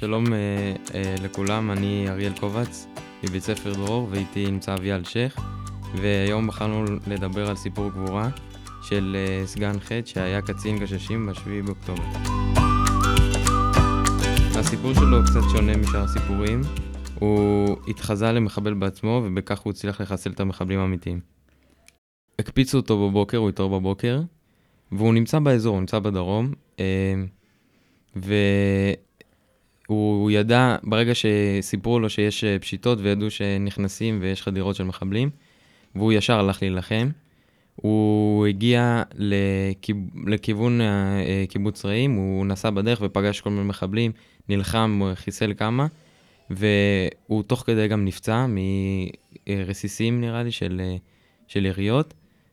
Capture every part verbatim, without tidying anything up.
שלום אה, אה, לכולם, אני אריאל קובץ, מבית ספר דרור, ואיתי נמצא אביאל שייח, והיום בחרנו לדבר על סיפור גבורה של אה, סגן ח' שהיה קצין גששים בשביעי באוקטובר. הסיפור שלו קצת שונה משאר הסיפורים, הוא התחזה למחבל בעצמו, ובכך הוא הצליח לחסל את המחבלים האמיתיים. הקפיצו אותו בבוקר, הוא התעורר בבוקר, והוא נמצא באזור, הוא נמצא בדרום, אה, והוא ידע, ברגע שסיפרו לו שיש פשיטות וידעו שנכנסים ויש חדירות של מחבלים, והוא ישר הלך להילחם. הוא הגיע לכיב... לכיוון קיבוץ רעים, הוא נסע בדרך ופגש כל מיני מחבלים, נלחם, חיסל כמה, והוא תוך כדי גם נפצע מרסיסים נראה לי של, של יריות,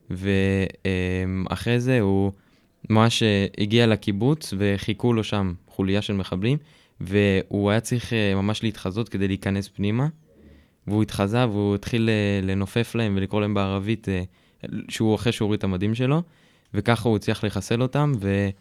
ואחרי זה הוא ממש הגיע לקיבוץ וחיכו לו שם חוליה של מחבלים, והוא היה צריך ממש להתחזות כדי להיכנס פנימה, והוא התחזה והוא התחיל לנופף להם ולקרוא להם בערבית, שהוא אחרי שהוא הוריד את המדים שלו, וככה הוא הצליח לחסל אותם,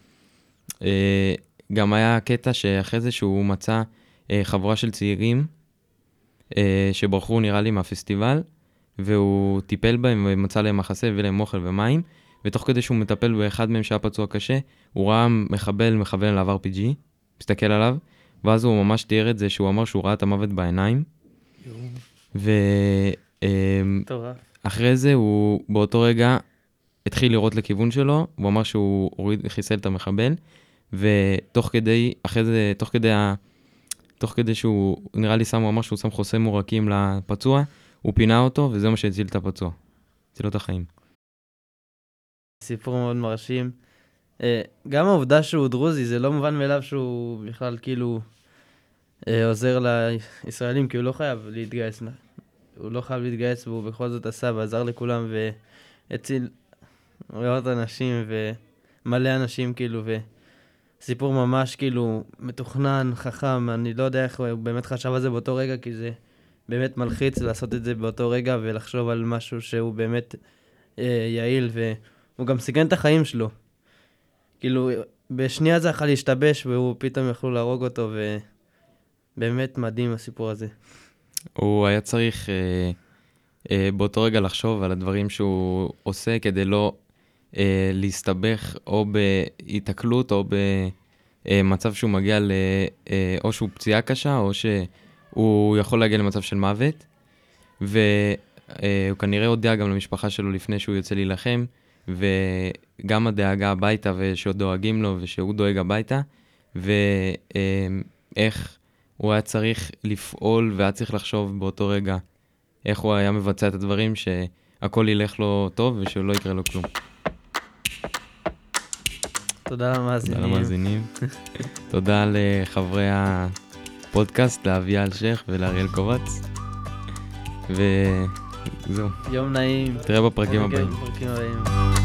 וגם היה קטע שאחרי זה שהוא מצא חבורה של צעירים, שברחו נראה לי מהפסטיבל, והוא טיפל בהם ומצא להם מחסה ולהם אוכל ומים, ותוך כדי שהוא מטפל באחד מהם שהיה פצוע קשה, הוא ראה מחבל מכוון עליו אר פי ג'י, מסתכל עליו, ואז הוא ממש תיאר את זה שהוא אמר שהוא ראה את המוות בעיניים, ואחרי זה הוא באותו רגע התחיל לראות לכיוון שלו, הוא אמר שהוא הוריד, חיסל את המחבל, ותוך כדי, אחרי זה, תוך כדי, תוך כדי שהוא, נראה לי שם, הוא אמר שהוא שם חוסם מורקים לפצוע, הוא פינה אותו, וזה מה שהציל את הפצוע, הציל לו את החיים. סיפור מאוד מרשים. גם העובדה שהוא דרוזי, זה לא מובן מאליו שהוא בכלל כאילו עוזר לישראלים, כי הוא לא חייב להתגייס. הוא לא חייב להתגייס, והוא בכל זאת עשה ועזר לכולם, והציל מאות אנשים ומלא אנשים כאילו, וסיפור ממש כאילו מתוכנן, חכם. אני לא יודע איך הוא באמת חשב על זה באותו רגע, כי זה באמת מלחיץ לעשות את זה באותו רגע, ולחשוב על משהו שהוא באמת יעיל, והוא גם סיכן את החיים שלו. כאילו, בשנייה זה יכול להשתבש, והוא פתאום יכלו להרוג אותו, ובאמת מדהים הסיפור הזה. הוא היה צריך אה, אה, באותו רגע לחשוב על הדברים שהוא עושה, כדי לא אה, להסתבך או בהתקלות, או במצב שהוא מגיע ל... אה, או שהוא פציעה קשה, או שהוא יכול להגיע למצב של מוות, והוא אה, כנראה הודיע גם למשפחה שלו לפני שהוא יוצא להילחם, וגם הדאגה הביתה ושעוד דואגים לו ושהוא דואג הביתה, ואיך הוא היה צריך לפעול והיה צריך לחשוב באותו רגע איך הוא היה מבצע את הדברים, שהכל ילך לו טוב ושהוא לא יקרה לו כלום. תודה למאזינים. תודה למאזינים. תודה לחברי הפודקאסט, לאביאל שייח ולאריאל קובץ. וזהו. יום נעים. תראה בפרקים הבאים. בפרקים הבאים.